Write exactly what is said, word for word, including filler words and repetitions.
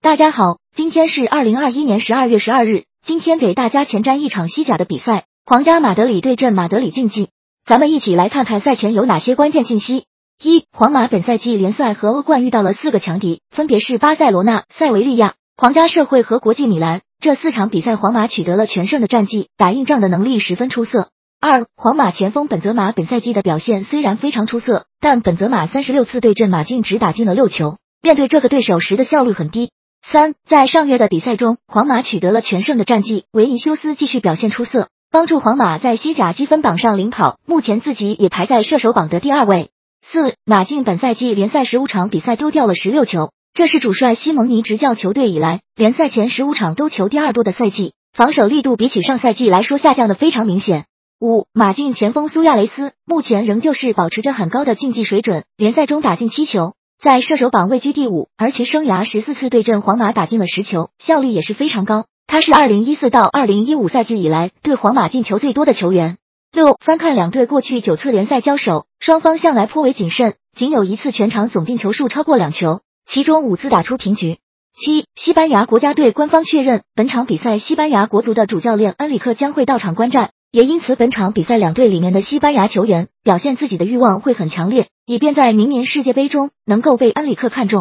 大家好，今天是二零二一年十二月十二日，今天给大家前瞻一场西甲的比赛，皇家马德里对阵马德里竞技。咱们一起来看看赛前有哪些关键信息。一、皇马本赛季联赛和欧冠遇到了四个强敌，分别是巴塞罗那、塞维利亚、皇家社会和国际米兰。这四场比赛皇马取得了全胜的战绩，打硬仗的能力十分出色。二、皇马前锋本泽马本赛季的表现虽然非常出色，但本泽马三十六次对阵马竞只打进了六球，面对这个对手时的效率很低。三、在上月的比赛中，皇马取得了全胜的战绩，维尼修斯继续表现出色，帮助皇马在西甲积分榜上领跑，目前自己也排在射手榜的第二位。四、马竞本赛季联赛十五场比赛丢掉了十六球，这是主帅西蒙尼执教球队以来联赛前十五场都球第二多的赛季，防守力度比起上赛季来说下降的非常明显。五、马竞前锋苏亚雷斯目前仍旧是保持着很高的竞技水准，联赛中打进七球，在射手榜位居第五，而其生涯十四次对阵皇马打进了十球，效率也是非常高。他是二零一四到二零一五赛季以来对皇马进球最多的球员。六、翻看两队过去九次联赛交手，双方向来颇为谨慎，仅有一次全场总进球数超过两球，其中五次打出平局。七、西班牙国家队官方确认，本场比赛西班牙国足的主教练恩里克将会到场观战，也因此本场比赛两队里面的西班牙球员表现自己的欲望会很强烈，以便在明年世界杯中能够被恩里克看中。